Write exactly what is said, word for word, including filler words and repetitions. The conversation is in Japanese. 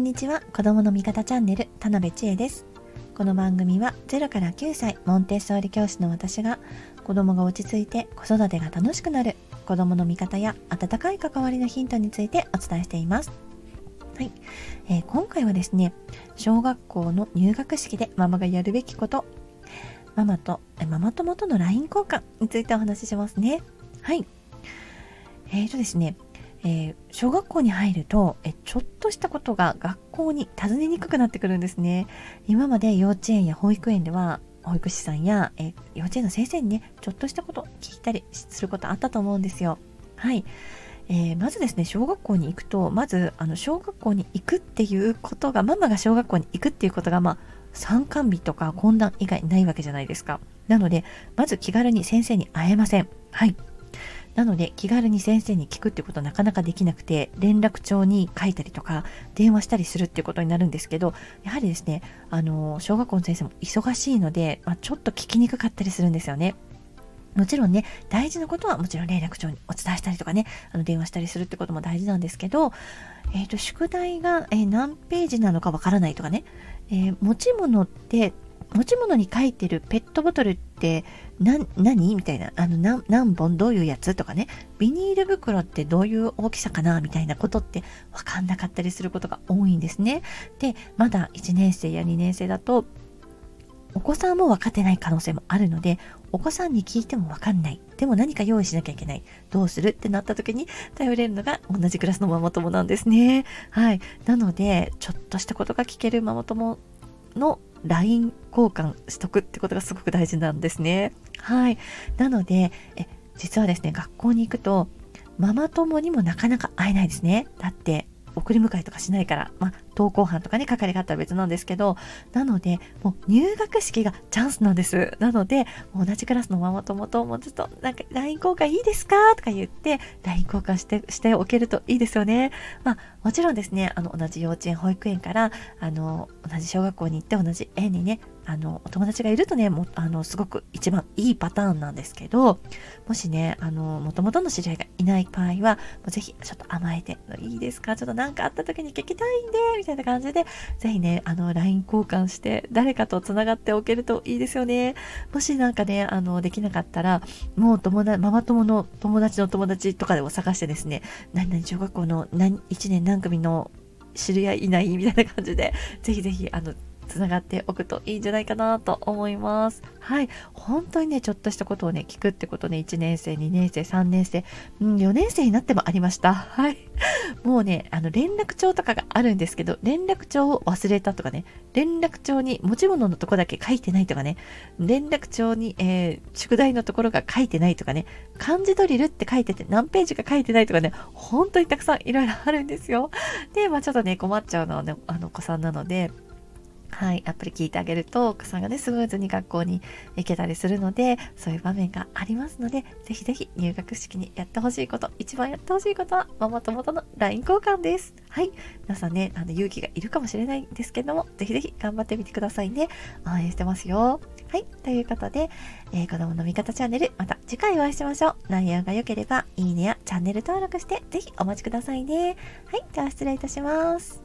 んにちは。子供の味方チャンネル、田辺千恵です。この番組はゼロからきゅうさいモンテッソーリ教師の私が、子供が落ち着いて子育てが楽しくなる子供の味方や温かい関わりのヒントについてお伝えしています。はい、えー、今回はですね、小学校の入学式でママがやるべきこと、ママとえママ友との ライン 交換についてお話ししますね。はい。えーとですね、えー、小学校に入るとえちょっとしたことが学校に尋ねにくくなってくるんですね。今まで幼稚園や保育園では保育士さんやえ幼稚園の先生にね、ちょっとしたこと聞いたりすることあったと思うんですよ。はい。えー、まずですね、小学校に行くと、まずあの小学校に行くっていうことが、ママが小学校に行くっていうことが、まあ参観日とか懇談以外ないわけじゃないですか。なので、まず気軽に先生に会えません。はい。なので気軽に先生に聞くってことはなかなかできなくて、連絡帳に書いたりとか電話したりするっていうことになるんですけど、やはりですね、あの小学校の先生も忙しいので、まあ、ちょっと聞きにくかったりするんですよね。もちろんね、大事なことはもちろん連絡帳にお伝えしたりとかね、あの電話したりするってことも大事なんですけど、えっと宿題が、えー何ページなのかわからないとかね、えー持ち物って持ち物に書いてるペットボトルって何何みたいな、あの何何本どういうやつとかね、ビニール袋ってどういう大きさかなみたいなことって分かんなかったりすることが多いんですね。で、まだいちねん生やにねん生だとお子さんも分かってない可能性もあるので、お子さんに聞いても分かんない。でも何か用意しなきゃいけない。どうするってなった時に頼れるのが同じクラスのママ友なんですね。はい。なので、ちょっとしたことが聞けるママ友の ライン 交換しとくってことがすごく大事なんですね。はい。なので、え実はですね、学校に行くと、ママ友にもなかなか会えないですね。だって、送り迎えとかしないから、まあ、登校班とかね、係があったら別なんですけど、なので、もう入学式がチャンスなんです。なので、同じクラスのママ友ともちょっと、なんか ライン 交換いいですかとか言って、ライン 交換して、しておけるといいですよね。まあ、もちろんですね、あの、同じ幼稚園、保育園から、あの、同じ小学校に行って、同じ園にね、あの、お友達がいるとね、もあの、すごく一番いいパターンなんですけど、もしね、あの、元々の知り合いがいない場合は、もうぜひ、ちょっと甘えて、いいですか、ちょっとなんかあった時に聞きたいんで、みたいな感じで、ぜひね、あの、ライン 交換して、誰かと繋がっておけるといいですよね。もしなんかね、あの、できなかったら、もう友達、ママ友の友達の友達とかでも探してですね、何々小学校の何、いちねん何組の知り合いいないみたいな感じで、ぜひぜひ、あの、つながっておくといいんじゃないかなと思います。はい。本当にね、ちょっとしたことをね、聞くってことね、いちねん生、にねん生、さんねん生、うん、よねん生になってもありました。はい。もうね、あの、連絡帳とかがあるんですけど、連絡帳を忘れたとかね、連絡帳に持ち物のとこだけ書いてないとかね、連絡帳に、えー、宿題のところが書いてないとかね、漢字ドリルって書いてて何ページか書いてないとかね、本当にたくさんいろいろあるんですよ。で、まあちょっとね、困っちゃうのはね、あの、お子さんなので、はい、やっぱり聞いてあげると、お子さんがね、スムーズに学校に行けたりするので、そういう場面がありますので、ぜひぜひ入学式にやってほしいこと、一番やってほしいことは、ママ友との ライン 交換です。はい。皆さんね、あの、勇気がいるかもしれないんですけども、ぜひぜひ頑張ってみてくださいね。応援してますよ。はい。ということで、えー、子供の味方チャンネル、また次回お会いしましょう。内容が良ければ、いいねやチャンネル登録して、ぜひお待ちくださいね。はい。では失礼いたします。